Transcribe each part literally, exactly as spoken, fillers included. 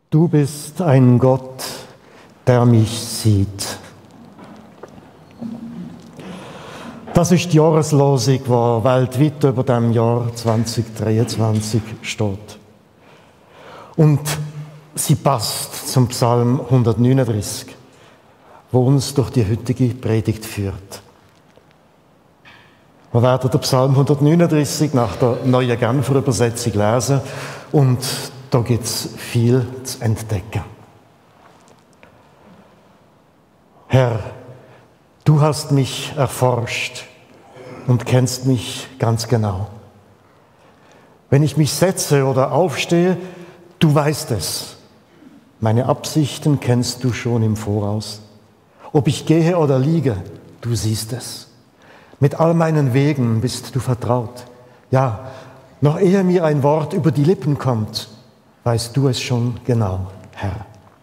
Du bist ein Gott, der mich sieht. Das ist die Jahreslosung, die weltweit über dem Jahr zwanzig dreiundzwanzig steht. Und sie passt zum Psalm hundertneununddreißig, wo uns durch die heutige Predigt führt. Wir werden den Psalm hundertneununddreißig nach der neuen Genfer Übersetzung lesen und da gibt es viel zu entdecken. Herr, du hast mich erforscht und kennst mich ganz genau. Wenn ich mich setze oder aufstehe, du weißt es. Meine Absichten kennst du schon im Voraus. Ob ich gehe oder liege, du siehst es. Mit all meinen Wegen bist du vertraut. Ja, noch ehe mir ein Wort über die Lippen kommt, weißt du es schon genau, Herr.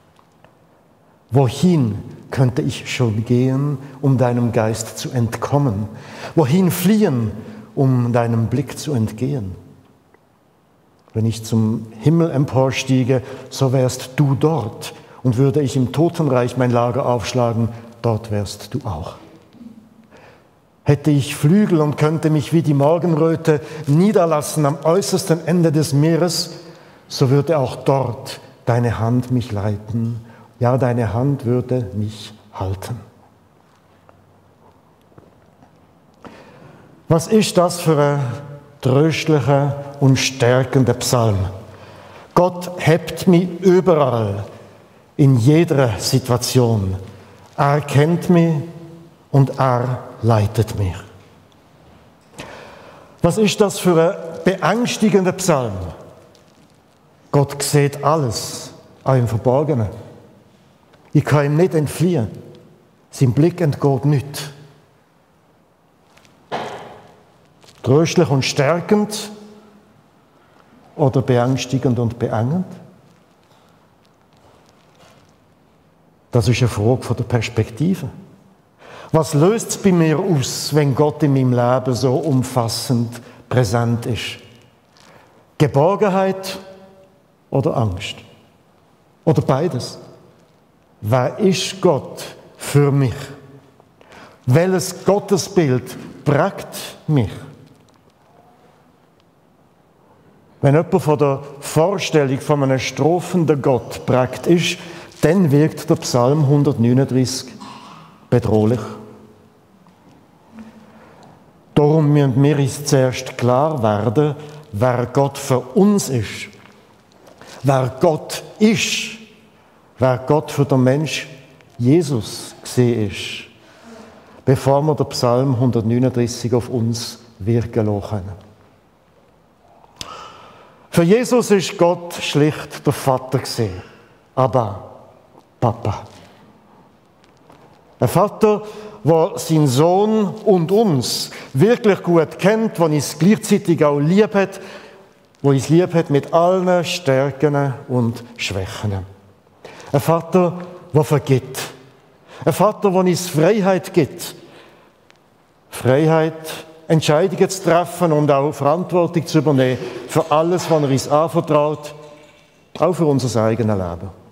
Wohin könnte ich schon gehen, um deinem Geist zu entkommen? Wohin fliehen, um deinem Blick zu entgehen? Wenn ich zum Himmel emporstiege, so wärst du dort. Und würde ich im Totenreich mein Lager aufschlagen, dort wärst du auch. Hätte ich Flügel und könnte mich wie die Morgenröte niederlassen am äußersten Ende des Meeres, so würde auch dort deine Hand mich leiten. Ja, deine Hand würde mich halten. Was ist das für ein tröstlicher und stärkender Psalm? Gott hebt mich überall, in jeder Situation. Er kennt mich und er leitet mich. Was ist das für ein beängstigender Psalm? Gott sieht alles, auch im Verborgenen. Ich kann ihm nicht entfliehen. Sein Blick entgeht nicht. Tröstlich und stärkend oder beängstigend und beengend? Das ist eine Frage von der Perspektive. Was löst es bei mir aus, wenn Gott in meinem Leben so umfassend präsent ist? Geborgenheit oder Angst? Oder beides? Wer ist Gott für mich? Welches Gottesbild prägt mich? Wenn jemand von der Vorstellung von einem strophenden Gott prägt ist, dann wirkt der Psalm hundertneununddreißig bedrohlich. Darum müssen wir uns zuerst klar werden, wer Gott für uns ist. Wer Gott ist, wer Gott für den Mensch Jesus gesehen ist, bevor wir den Psalm hundertneununddreißig auf uns wirken lassen können. Für Jesus ist Gott schlicht der Vater gesehen, aber Papa. Ein Vater, der seinen Sohn und uns wirklich gut kennt, der uns gleichzeitig auch lieb hat, der uns lieb hat mit allen Stärken und Schwächen. Ein Vater, der vergibt. Ein Vater, der uns Freiheit gibt. Freiheit, Entscheidungen zu treffen und auch Verantwortung zu übernehmen für alles, was er uns anvertraut, auch für unser eigenes Leben.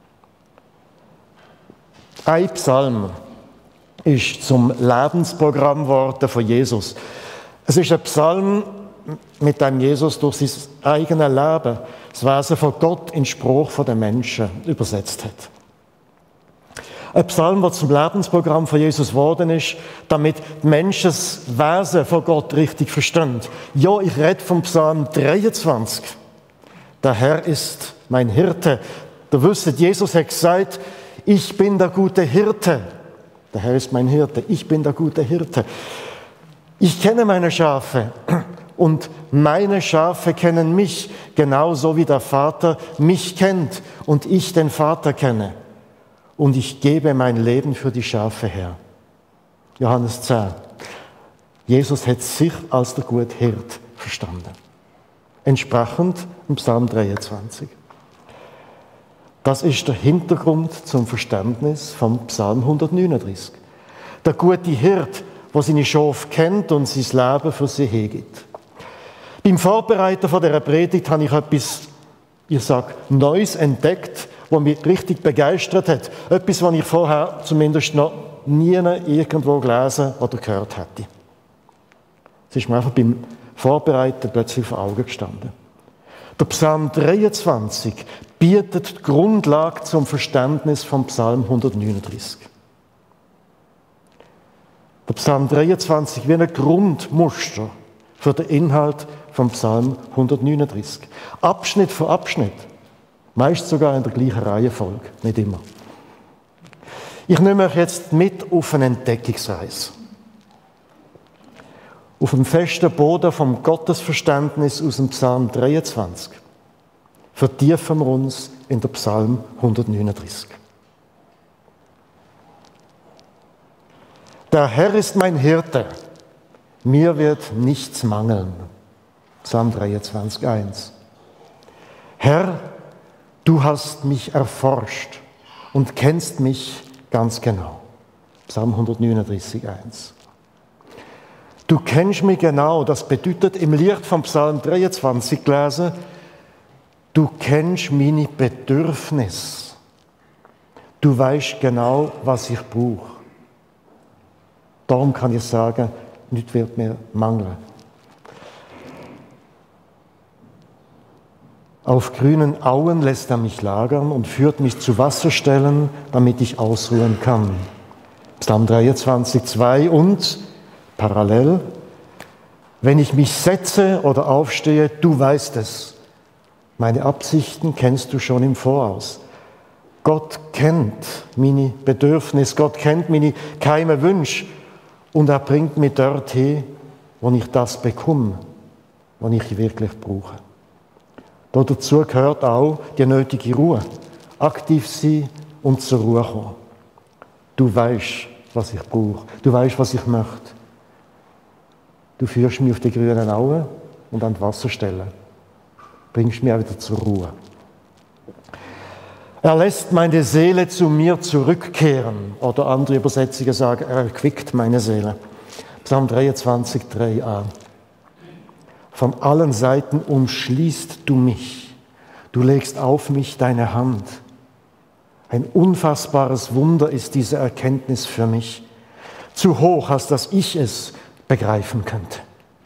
Ein Psalm ist zum Lebensprogramm geworden von Jesus. Es ist ein Psalm, mit dem Jesus durch sein eigenes Leben das Wesen von Gott in Spruch der Menschen übersetzt hat. Ein Psalm, der zum Lebensprogramm von Jesus geworden ist, damit die Menschen das Wesen von Gott richtig verstehen. Ja, ich rede vom Psalm dreiundzwanzig. Der Herr ist mein Hirte. Da wisst, Jesus hat gesagt, ich bin der gute Hirte. Der Herr ist mein Hirte. Ich bin der gute Hirte. Ich kenne meine Schafe und meine Schafe kennen mich, genauso wie der Vater mich kennt und ich den Vater kenne. Und ich gebe mein Leben für die Schafe her. Johannes zehn. Jesus hat sich als der gute Hirt verstanden. Entsprechend im Psalm dreiundzwanzig. Das ist der Hintergrund zum Verständnis vom Psalm hundertneununddreißig. Der gute Hirt, der seine Schafe kennt und sein Leben für sie hergibt. Beim Vorbereiten von dieser Predigt habe ich etwas Ich sage, Neues entdeckt, was mich richtig begeistert hat. Etwas, was ich vorher zumindest noch nie irgendwo gelesen oder gehört hätte. Es ist mir einfach beim Vorbereiten plötzlich vor Augen gestanden. Der Psalm dreiundzwanzig bietet die Grundlage zum Verständnis vom Psalm hundertneununddreißig. Der Psalm dreiundzwanzig wie ein Grundmuster für den Inhalt vom Psalm hundertneununddreißig. Abschnitt für Abschnitt. Meist sogar in der gleichen Reihenfolge. Nicht immer. Ich nehme euch jetzt mit auf eine Entdeckungsreise. Auf dem festen Boden vom Gottesverständnis aus dem Psalm dreiundzwanzig vertiefen wir uns in den Psalm hundertneununddreißig. Der Herr ist mein Hirte, mir wird nichts mangeln. Psalm dreiundzwanzig, eins. Herr, du hast mich erforscht und kennst mich ganz genau. Psalm hundertneununddreißig, eins. Du kennst mich genau, das bedeutet im Licht vom Psalm dreiundzwanzig gelesen, du kennst meine Bedürfnisse. Du weißt genau, was ich brauche. Darum kann ich sagen, nichts wird mir mangeln. Auf grünen Auen lässt er mich lagern und führt mich zu Wasserstellen, damit ich ausruhen kann. Psalm dreiundzwanzig, zwei und parallel, wenn ich mich setze oder aufstehe, du weißt es. Meine Absichten kennst du schon im Voraus. Gott kennt meine Bedürfnisse, Gott kennt meine geheimen Wünsche und er bringt mich dorthin, wo ich das bekomme, was ich wirklich brauche. Dazu gehört auch die nötige Ruhe. Aktiv sein und zur Ruhe kommen. Du weißt, was ich brauche. Du weißt, was ich möchte. Du führst mich auf die grünen Auen und an die Wasserstellen. Bringst mich auch wieder zur Ruhe. Er lässt meine Seele zu mir zurückkehren. Oder andere Übersetzungen sagen, er erquickt meine Seele. Psalm dreiundzwanzig, drei a. Von allen Seiten umschließt du mich. Du legst auf mich deine Hand. Ein unfassbares Wunder ist diese Erkenntnis für mich. Zu hoch, als dass ich es begreifen könnte.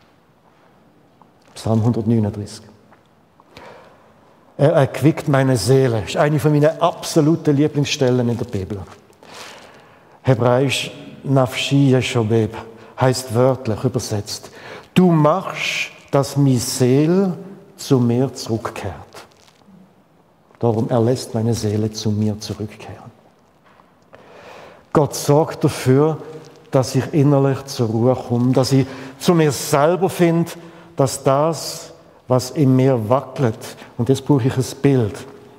Psalm hundertneununddreißig. Er erquickt meine Seele. Das ist eine von meinen absoluten Lieblingsstellen in der Bibel. Hebräisch Nafshi Yeshobeb heißt wörtlich übersetzt: Du machst, dass meine Seele zu mir zurückkehrt. Darum er lässt meine Seele zu mir zurückkehren. Gott sorgt dafür, dass ich innerlich zur Ruhe komme, dass ich zu mir selber finde, dass das, was in mir wackelt, und jetzt brauche ich ein Bild.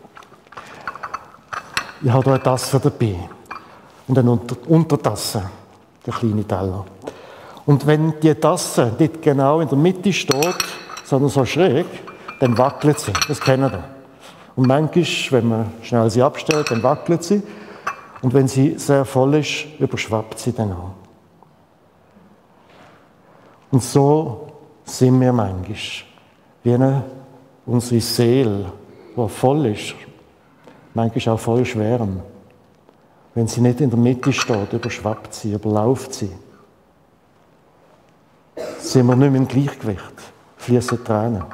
Ich habe hier eine Tasse dabei und eine Untertasse, der kleine Teller. Und wenn die Tasse nicht genau in der Mitte steht, sondern so schräg, dann wackelt sie. Das kennen wir. Und manchmal, wenn man schnell sie abstellt, dann wackelt sie. Und wenn sie sehr voll ist, überschwappt sie dann auch. Und so sind wir manchmal, wie eine, unsere Seele, die voll ist, manchmal auch voll schweren. Wenn sie nicht in der Mitte steht, überschwappt sie, überläuft sie. Sind wir nicht mehr im Gleichgewicht, fließen Tränen.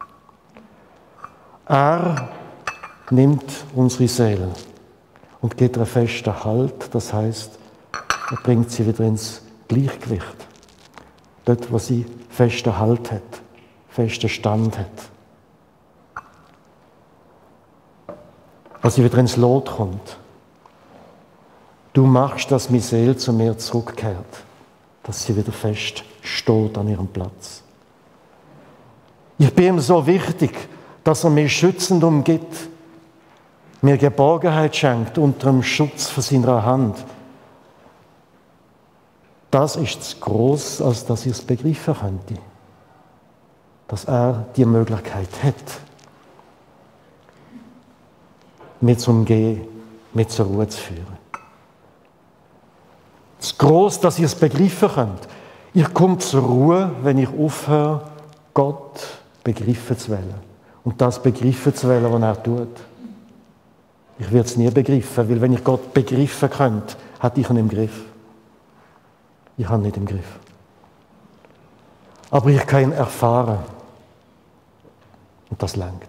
Er nimmt unsere Seele und gibt ihr einen festen Halt, das heisst, er bringt sie wieder ins Gleichgewicht. Dort, wo sie festen Halt hat, festen Stand hat. Wo sie wieder ins Lot kommt. Du machst, dass meine Seele zu mir zurückkehrt, dass sie wieder fest steht an ihrem Platz. Ich bin ihm so wichtig, dass er mich schützend umgibt, mir Geborgenheit schenkt unter dem Schutz von seiner Hand. Das ist zu gross, als dass ich es begreifen könnte. Dass er die Möglichkeit hat, mich zu umgehen, mich zur Ruhe zu führen. Zu gross, dass ich es begreifen könnte. Ich komme zur Ruhe, wenn ich aufhöre, Gott begreifen zu wollen und das begreifen zu wollen, was er tut. Ich werde es nie begreifen, weil wenn ich Gott begreifen könnte, hätte ich ihn im Griff. Ich habe ihn nicht im Griff. Aber ich kann ihn erfahren. Und das langt.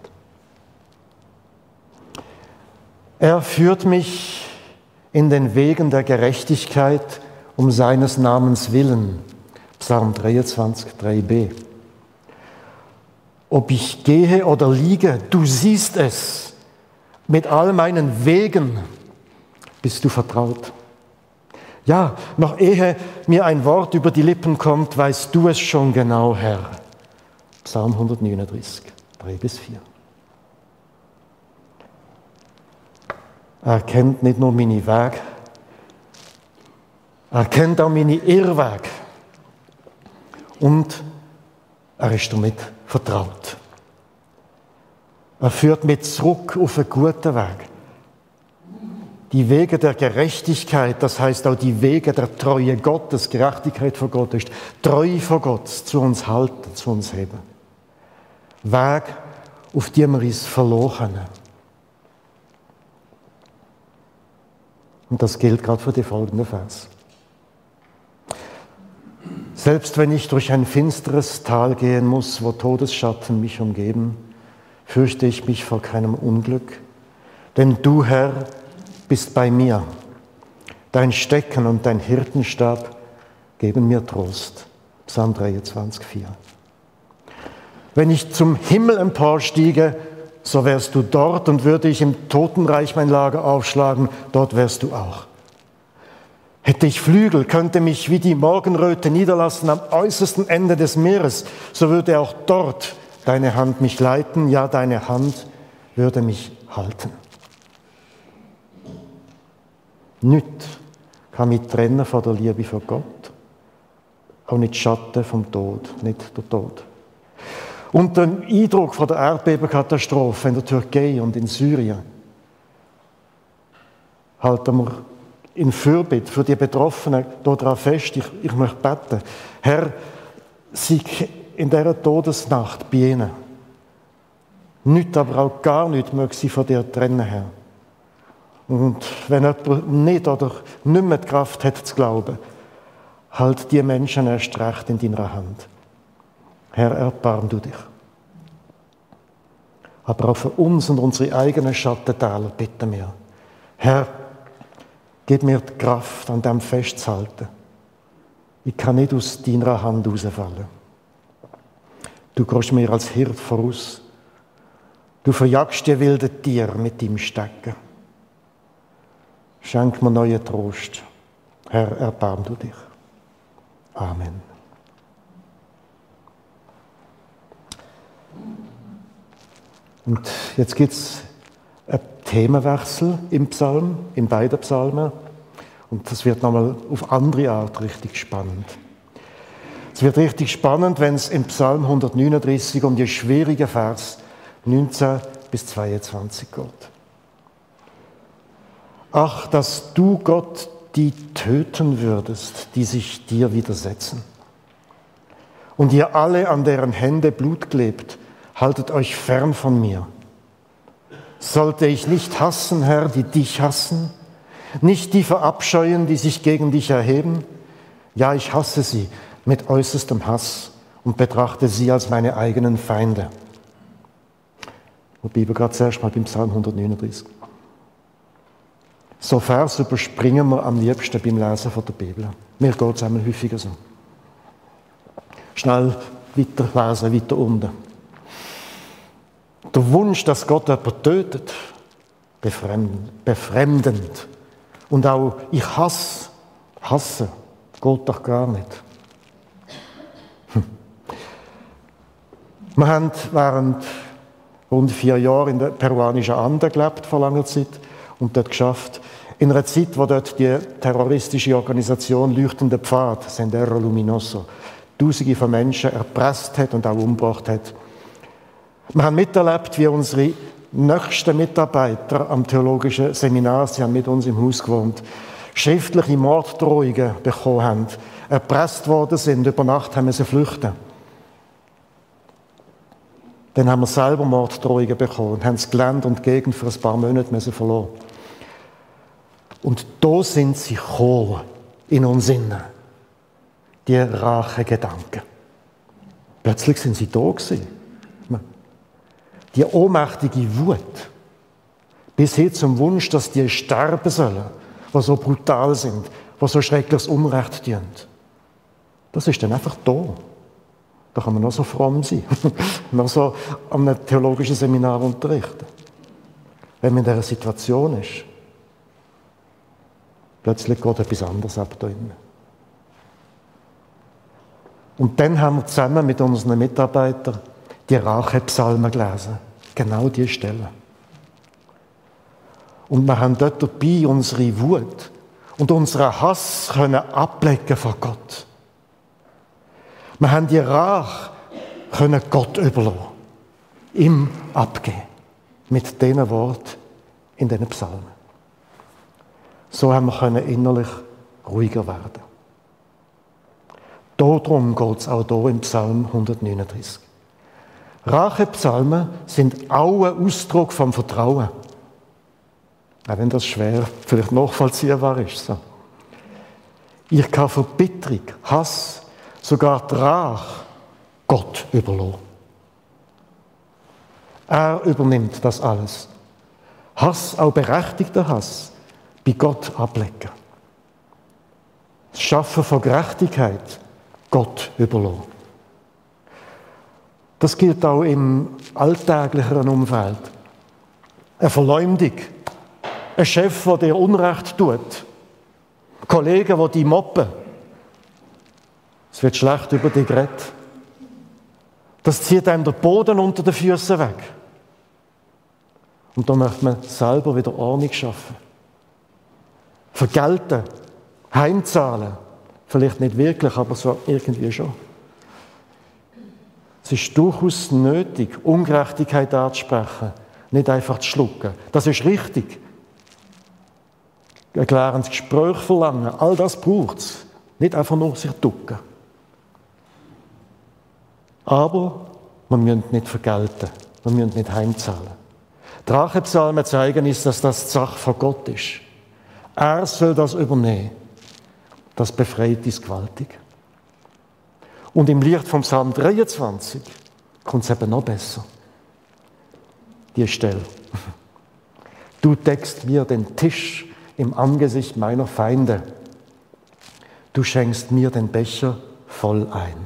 Er führt mich in den Wegen der Gerechtigkeit um seines Namens willen. Psalm dreiundzwanzig, drei b. Ob ich gehe oder liege, du siehst es. Mit all meinen Wegen bist du vertraut. Ja, noch ehe mir ein Wort über die Lippen kommt, weißt du es schon genau, Herr. Psalm hundertneununddreißig, drei bis vier. Er kennt nicht nur meine Wege, er kennt auch meine Irrwege. Und er ist damit vertraut. Er führt mich zurück auf einen guten Weg. Die Wege der Gerechtigkeit, das heißt auch die Wege der Treue Gottes, Gerechtigkeit vor Gott ist Treue vor Gott zu uns halten, zu uns heben. Weg, auf die wir uns verloren können. Und das gilt gerade für die folgenden Vers. Selbst wenn ich durch ein finsteres Tal gehen muss, wo Todesschatten mich umgeben, fürchte ich mich vor keinem Unglück, denn du, Herr, bist bei mir. Dein Stecken und dein Hirtenstab geben mir Trost. Psalm dreiundzwanzig, vier. Wenn ich zum Himmel emporstiege, so wärst du dort, und würde ich im Totenreich mein Lager aufschlagen, dort wärst du auch. Hätte ich Flügel, könnte mich wie die Morgenröte niederlassen am äußersten Ende des Meeres, so würde auch dort deine Hand mich leiten, ja, deine Hand würde mich halten. Nichts kann mich trennen von der Liebe von Gott, auch nicht Schatten vom Tod, nicht der Tod. Unter dem Eindruck von der Erdbebenkatastrophe in der Türkei und in Syrien halten wir in Fürbitte für die Betroffenen daran fest. Ich, ich möchte beten. Herr, sei in dieser Todesnacht bei ihnen. Nichts, aber auch gar nichts möge sie von dir trennen, Herr. Und wenn jemand nicht oder nicht mehr die Kraft hat zu glauben, halt die Menschen erst recht in deiner Hand. Herr, erbarm du dich. Aber auch für uns und unsere eigenen Schattentäler bitten wir. Herr, gib mir die Kraft, an dem festzuhalten. Ich kann nicht aus deiner Hand rausfallen. Du gehst mir als Hirt voraus. Du verjagst die wilden Tiere mit deinem Stecken. Schenk mir neuen Trost. Herr, erbarm du dich. Amen. Und jetzt gibt es einen Themenwechsel im Psalm, in beiden Psalmen. Und das wird nochmal auf andere Art richtig spannend. Es wird richtig spannend, wenn es im Psalm hundertneununddreißig um die schwierigen Vers neunzehn bis zweiundzwanzig geht. Ach, dass du, Gott, die töten würdest, die sich dir widersetzen. Und ihr alle, an deren Hände Blut klebt, haltet euch fern von mir. Sollte ich nicht hassen, Herr, die dich hassen? Nicht die verabscheuen, die sich gegen dich erheben? Ja, ich hasse sie mit äußerstem Hass und betrachte sie als meine eigenen Feinde. Und Bibel gerade zuerst mal beim Psalm hundertneununddreißig. So Vers überspringen wir am liebsten beim Lesen von der Bibel. Mir geht es einmal häufiger so. Schnell weiter lesen, weiter unten. Der Wunsch, dass Gott jemanden tötet, befremdend, befremdend. Und auch ich hasse, hasse, geht doch gar nicht. Hm. Wir haben während rund vier Jahren in der peruanischen Ande gelebt, vor langer Zeit, und dort geschafft. In einer Zeit, wo dort die terroristische Organisation Leuchtender Pfad, Sendero Luminoso, Tausende von Menschen erpresst hat und auch umgebracht hat. Wir haben miterlebt, wie unsere nächsten Mitarbeiter am theologischen Seminar, sie haben mit uns im Haus gewohnt, schriftliche Morddrohungen bekommen haben, erpresst worden sind, über Nacht haben sie flüchten. Dann haben wir selber Morddrohungen bekommen und haben das Gelände und die Gegend für ein paar Monate müssen verloren. Und da sind sie gekommen, in uns innen. Die Rachegedanken. Plötzlich sind sie da gewesen. Die ohnmächtige Wut. Bis hin zum Wunsch, dass die sterben sollen, die so brutal sind, die so schreckliches Unrecht tun. Das ist dann einfach da. Da kann man noch so fromm sein, noch so an einem theologischen Seminar unterrichten. Wenn man in dieser Situation ist, plötzlich geht etwas anderes ab da innen. Und dann haben wir zusammen mit unseren Mitarbeitern die Rachepsalmen gelesen. Genau diese Stelle. Und wir haben dort dabei unsere Wut und unseren Hass können ablegen vor Gott. Wir haben die Rache können Gott überlassen, ihm abgeben, mit diesen Worten in diesen Psalmen. So haben wir können innerlich ruhiger werden. Darum geht es auch hier im Psalm hundertneununddreißig. Rachepsalmen sind auch ein Ausdruck vom Vertrauen. Auch wenn das schwer vielleicht nachvollziehbar ist. So. Ich kann Verbitterung, Hass, sogar die Rache Gott überlassen. Er übernimmt das alles. Hass, auch berechtigter Hass, bei Gott ablegen. Das Schaffen von Gerechtigkeit Gott überlassen. Das gilt auch im alltäglicheren Umfeld. Eine Verleumdung, ein Chef, der dir Unrecht tut, Kollegen, die dich mobben. Es wird schlecht über dich geredet. Das zieht einem den Boden unter den Füßen weg. Und da möchte man selber wieder Ordnung schaffen. Vergelten, heimzahlen. Vielleicht nicht wirklich, aber so irgendwie schon. Es ist durchaus nötig, Ungerechtigkeit anzusprechen, nicht einfach zu schlucken. Das ist richtig. Ein klärendes Gespräch verlangen, all das braucht es. Nicht einfach nur sich ducken. Aber wir müssen nicht vergelten, wir müssen nicht heimzahlen. Die Rachepsalmen zeigen uns, dass das die Sache von Gott ist. Er soll das übernehmen. Das befreit uns gewaltig. Und im Licht vom Psalm dreiundzwanzig kommt es eben noch besser. Die Stelle. Du deckst mir den Tisch im Angesicht meiner Feinde. Du schenkst mir den Becher voll ein.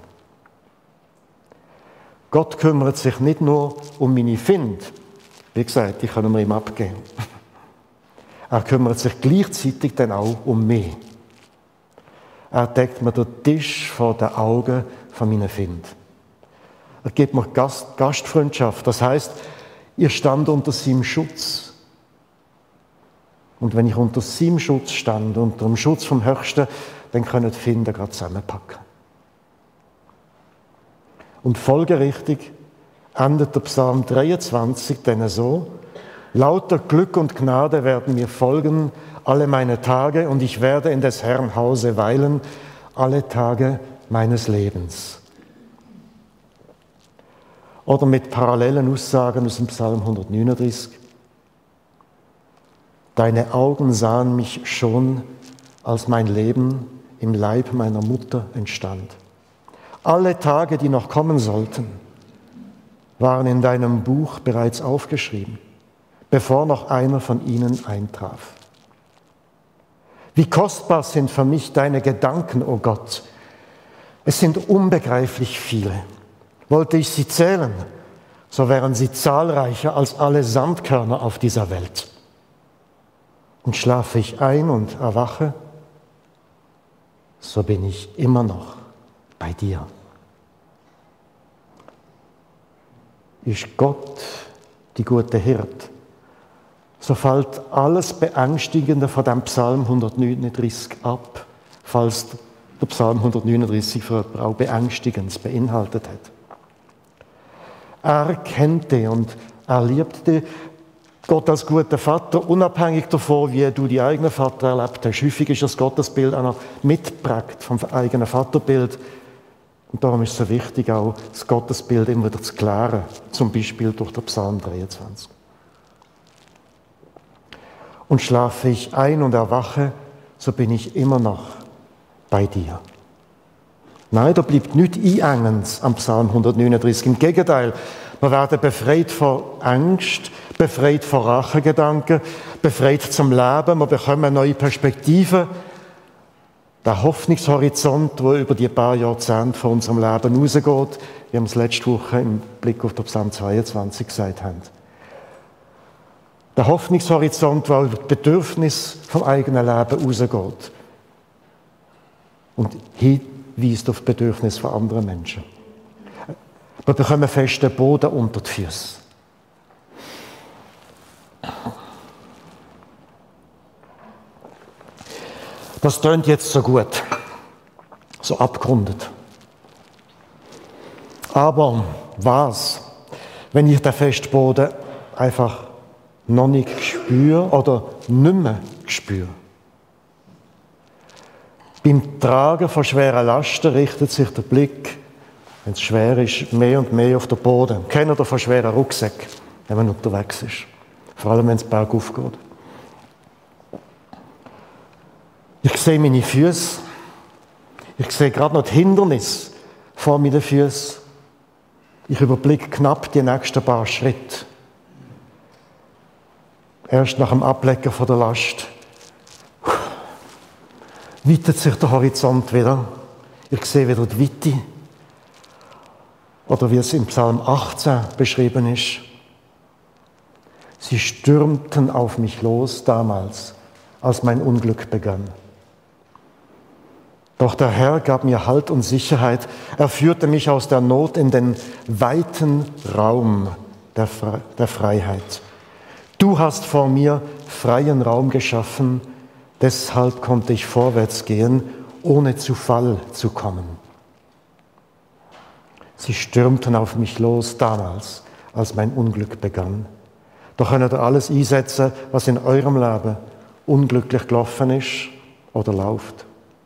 Gott kümmert sich nicht nur um meine Finde. Wie gesagt, die können wir ihm abgeben. Er kümmert sich gleichzeitig dann auch um mich. Er deckt mir den Tisch vor den Augen von meinen Finden. Er gibt mir Gast, Gastfreundschaft. Das heisst, ihr stand unter seinem Schutz. Und wenn ich unter seinem Schutz stand, unter dem Schutz vom Höchsten, dann können die Finden gerade zusammenpacken. Und folgerichtig endet der Psalm dreiundzwanzig dann so: Lauter Glück und Gnade werden mir folgen alle meine Tage, und ich werde in des Herrn Hause weilen alle Tage meines Lebens. Oder mit parallelen Aussagen aus dem Psalm hundertneununddreißig. Deine Augen sahen mich schon, als mein Leben im Leib meiner Mutter entstand. Alle Tage, die noch kommen sollten, waren in deinem Buch bereits aufgeschrieben, bevor noch einer von ihnen eintraf. Wie kostbar sind für mich deine Gedanken, o Gott. Es sind unbegreiflich viele. Wollte ich sie zählen, so wären sie zahlreicher als alle Sandkörner auf dieser Welt. Und schlafe ich ein und erwache, so bin ich immer noch bei dir. Ist Gott die gute Hirt, so fällt alles Beängstigende von dem Psalm hundertneununddreißig ab, falls der Psalm hundertneununddreißig für jemanden auch Beängstigendes beinhaltet hat. Er kennt dich und er liebt dich. Gott als guter Vater, unabhängig davon, wie du die eigenen Vater erlebt hast. Häufig ist das Gottesbild auch noch mitgeprägt vom eigenen Vaterbild. Und darum ist es so wichtig, auch das Gottesbild immer wieder zu klären, zum Beispiel durch den Psalm dreiundzwanzig. Und schlafe ich ein und erwache, so bin ich immer noch bei dir. Nein, da bleibt nichts Einengendes am Psalm hundertneununddreißig. Im Gegenteil, wir werden befreit vor Angst, befreit vor Rachegedanken, befreit zum Leben, wir bekommen neue Perspektiven. Der Hoffnungshorizont, der über die paar Jahrzehnte von unserem Leben rausgeht, wie wir es letzte Woche im Blick auf den Psalm zweiundzwanzig gesagt haben. Der Hoffnungshorizont, der über das Bedürfnis vom eigenen Leben rausgeht und hinweist auf das Bedürfnis von anderen Menschen. Wir bekommen festen Boden unter die Füße. Das tönt jetzt so gut, so abgerundet. Aber was, wenn ich den festen Boden einfach noch nicht spüre oder nicht mehr spüre? Beim Tragen von schweren Lasten richtet sich der Blick, wenn es schwer ist, mehr und mehr auf den Boden. Kennt ihr von schweren Rucksäcken, wenn man unterwegs ist? Vor allem, wenn es bergauf geht. Ich sehe meine Füße. Ich sehe gerade noch die Hindernisse vor meinen Füßen. Ich überblicke knapp die nächsten paar Schritte. Erst nach dem Ablecken von der Last weitet sich der Horizont wieder. Ich sehe wieder die Weite. Oder wie es im Psalm achtzehn beschrieben ist. Sie stürmten auf mich los damals, als mein Unglück begann. Doch der Herr gab mir Halt und Sicherheit. Er führte mich aus der Not in den weiten Raum der, Fre- der Freiheit. Du hast vor mir freien Raum geschaffen, deshalb konnte ich vorwärts gehen, ohne zu Fall zu kommen. Sie stürmten auf mich los damals, als mein Unglück begann. Doch könnt ihr alles einsetzen, was in eurem Leben unglücklich gelaufen ist oder läuft.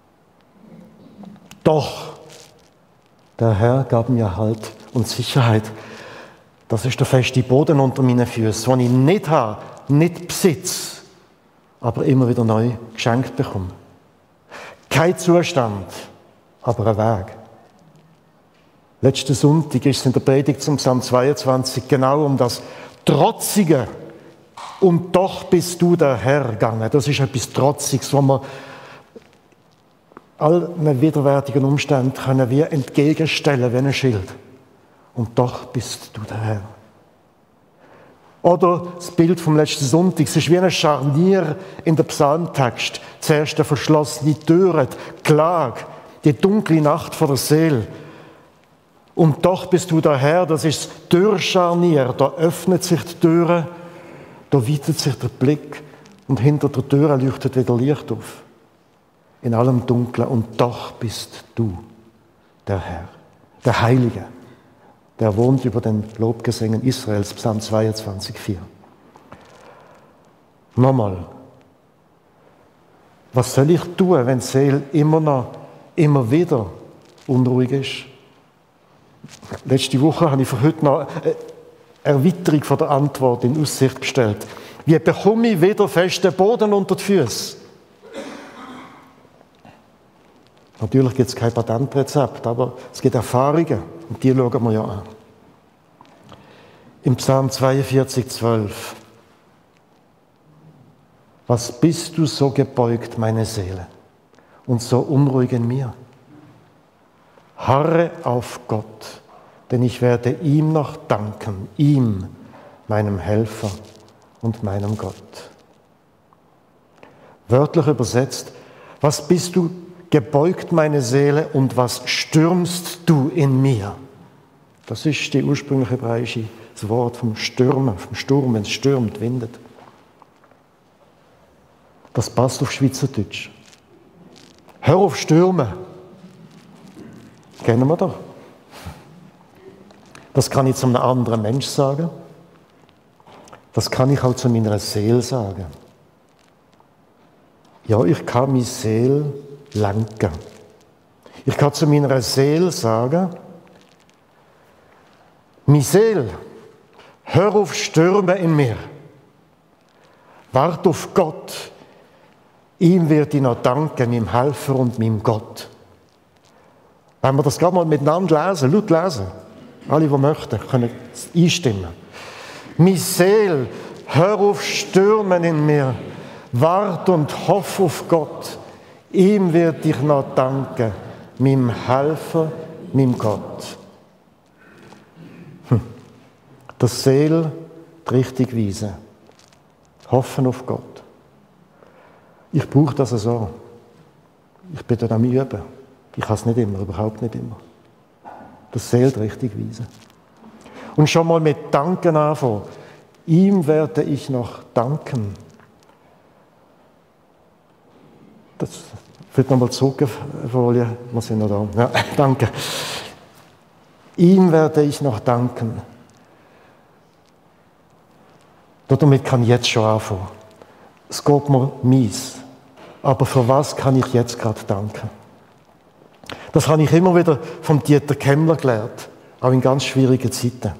Doch der Herr gab mir Halt und Sicherheit. Das ist der feste Boden unter meinen Füßen, den ich nicht habe, nicht besitze, aber immer wieder neu geschenkt bekomme. Kein Zustand, aber ein Weg. Letzten Sonntag ist es in der Predigt zum Psalm zweiundzwanzig genau um das Trotzige. Und doch bist du der Herr gegangen. Das ist etwas Trotziges, wo man allen widerwärtigen Umständen können wir entgegenstellen wie ein Schild. Und doch bist du der Herr. Oder das Bild vom letzten Sonntag, es ist wie ein Scharnier in der Psalmtext. Zuerst eine verschlossene Tür, die Klage, die dunkle Nacht vor der Seele. Und doch bist du der Herr, das ist das Türscharnier, da öffnet sich die Türe, da weitet sich der Blick und hinter der Tür leuchtet wieder Licht auf. In allem Dunklen. Und doch bist du der Herr, der Heilige, der wohnt über den Lobgesängen Israels, Psalm zweiundzwanzig, vier. Nochmal. Was soll ich tun, wenn die Seele immer noch, immer wieder unruhig ist? Letzte Woche habe ich für heute noch eine Erweiterung von der Antwort in Aussicht gestellt. Wie bekomme ich wieder festen Boden unter die Füße? Natürlich gibt es kein Patentrezept, aber es gibt Erfahrungen und die schauen wir ja an. Im Psalm zweiundvierzig, zwölf. Was bist du so gebeugt, meine Seele, und so unruhig in mir? Harre auf Gott, denn ich werde ihm noch danken, ihm, meinem Helfer und meinem Gott. Wörtlich übersetzt, was bist du gebeugt, meine Seele, und was stürmst du in mir? Das ist die ursprüngliche hebräische das Wort vom Stürmen, vom Sturm, wenn es stürmt, windet. Das passt auf Schweizerdeutsch. Hör auf stürmen. Kennen wir doch. Das kann ich zu einem anderen Mensch sagen. Das kann ich auch zu meiner Seele sagen. Ja, ich kann meine Seele lenken. Ich kann zu meiner Seele sagen, meine Seele, hör auf Stürme in mir. Wart auf Gott. Ihm wird ich noch danken, meinem Helfer und meinem Gott. Wenn wir das gerade mal miteinander lesen, laut lesen, alle, die möchten, können einstimmen. Meine Seele, hör auf Stürmen in mir. Wart und hoff auf Gott. Ihm wird ich noch danken, meinem Helfer, meinem Gott. Hm. Das Seele die Richtung weisen. Hoffen auf Gott. Ich brauche das so. Ich bin dort am Üben. Ich kann es nicht immer, überhaupt nicht immer. Das Seele die Richtung weisen. Und schon mal mit Danken anfangen. Ihm werde ich noch danken. Das wird nochmal zurückfolie. Wir sind noch da. Ja, danke. Ihm werde ich noch danken. Damit kann ich jetzt schon anfangen. Es geht mir mies. Aber für was kann ich jetzt gerade danken? Das habe ich immer wieder vom Dieter Kemmler gelernt. Auch in ganz schwierigen Zeiten.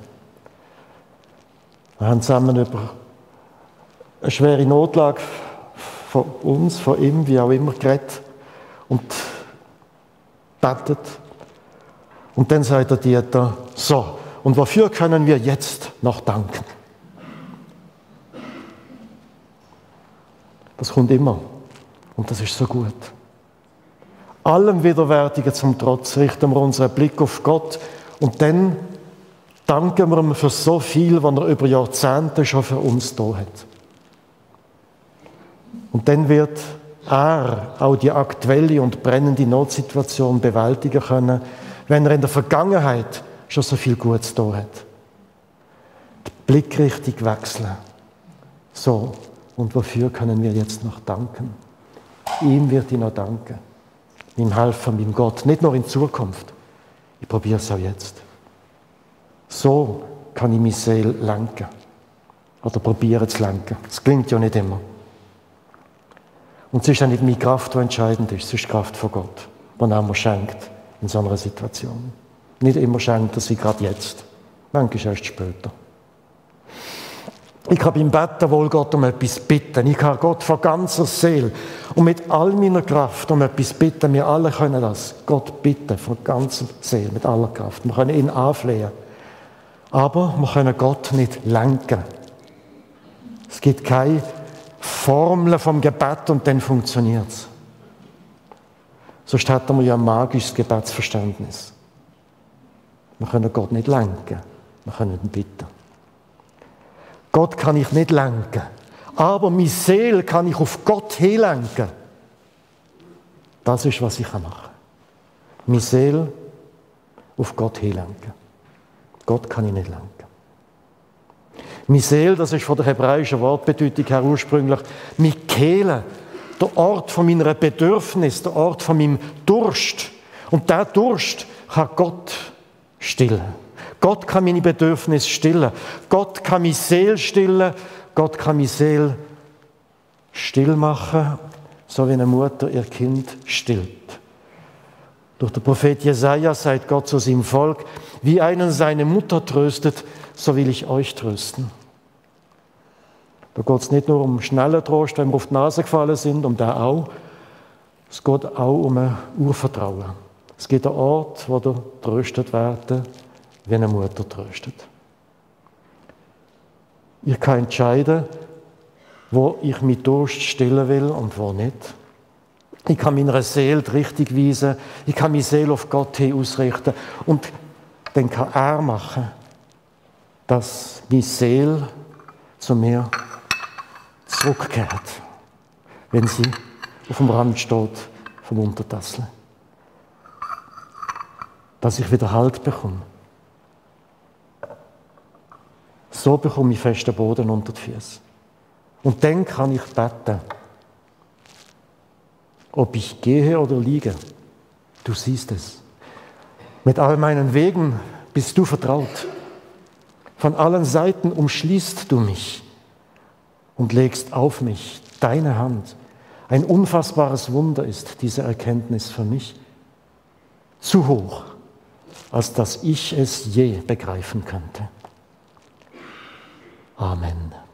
Wir haben zusammen über eine schwere Notlage von uns, von ihm, wie auch immer, geredet und betet. Und dann sagt der Dieter, so, und wofür können wir jetzt noch danken? Das kommt immer. Und das ist so gut. Allem Widerwärtigen zum Trotz richten wir unseren Blick auf Gott und dann danken wir ihm für so viel, was er über Jahrzehnte schon für uns da hat. Und dann wird er auch die aktuelle und brennende Notsituation bewältigen können, wenn er in der Vergangenheit schon so viel Gutes da hat. Die Blickrichtung wechseln. So, und wofür können wir jetzt noch danken? Ihm wird ich noch danken. Meinem Helfer, meinem Gott. Nicht nur in Zukunft. Ich probiere es auch jetzt. So kann ich meine Seele lenken. Oder probieren zu lenken. Das klingt ja nicht immer. Und es ist auch nicht meine Kraft, die entscheidend ist. Es ist die Kraft von Gott, die er mir schenkt in so einer Situation. Nicht immer schenkt er sie gerade jetzt. Manchmal erst später. Ich kann beim Betten wohl Gott um etwas bitten. Ich kann Gott von ganzer Seele und mit all meiner Kraft um etwas bitten. Wir alle können das. Gott bitten von ganzer Seele, mit aller Kraft. Wir können ihn anflehen. Aber wir können Gott nicht lenken. Es gibt keine Formel vom Gebet und dann funktioniert es. Sonst hätten wir ja ein magisches Gebetsverständnis. Wir können Gott nicht lenken. Wir können ihn bitten. Gott kann ich nicht lenken. Aber meine Seele kann ich auf Gott hinlenken. Das ist, was ich machen kann. Meine Seele auf Gott hinlenken. Gott kann ich nicht lenken. Meine Seele, das ist von der hebräischen Wortbedeutung her ursprünglich, meine Kehle, der Ort von meiner Bedürfnis, der Ort von meinem Durst. Und der Durst kann Gott stillen. Gott kann meine Bedürfnisse stillen. Gott kann meine Seele stillen. Gott kann meine Seele still machen, so wie eine Mutter ihr Kind stillt. Durch den Prophet Jesaja sagt Gott zu seinem Volk, wie einen seine Mutter tröstet, so will ich euch trösten. Da geht es nicht nur um schnellen Trost, wenn wir auf die Nase gefallen sind, um den auch. Es geht auch um ein Urvertrauen. Es gibt einen Ort, wo wir tröstet werden, wie eine Mutter tröstet. Ich kann entscheiden, wo ich meinen Durst stillen will und wo nicht. Ich kann meiner Seele die Richtung weisen. Ich kann meine Seele auf Gott hin ausrichten. Und dann kann er machen, dass meine Seele zu mir zurückkehrt, wenn sie auf dem Rand steht vom Untertassel. Dass ich wieder Halt bekomme. So bekomme ich festen Boden unter die Füße. Und dann kann ich beten. Ob ich gehe oder liege, du siehst es. Mit all meinen Wegen bist du vertraut. Von allen Seiten umschließt du mich und legst auf mich deine Hand. Ein unfassbares Wunder ist diese Erkenntnis für mich. zu hoch, als dass ich es je begreifen könnte. Amen.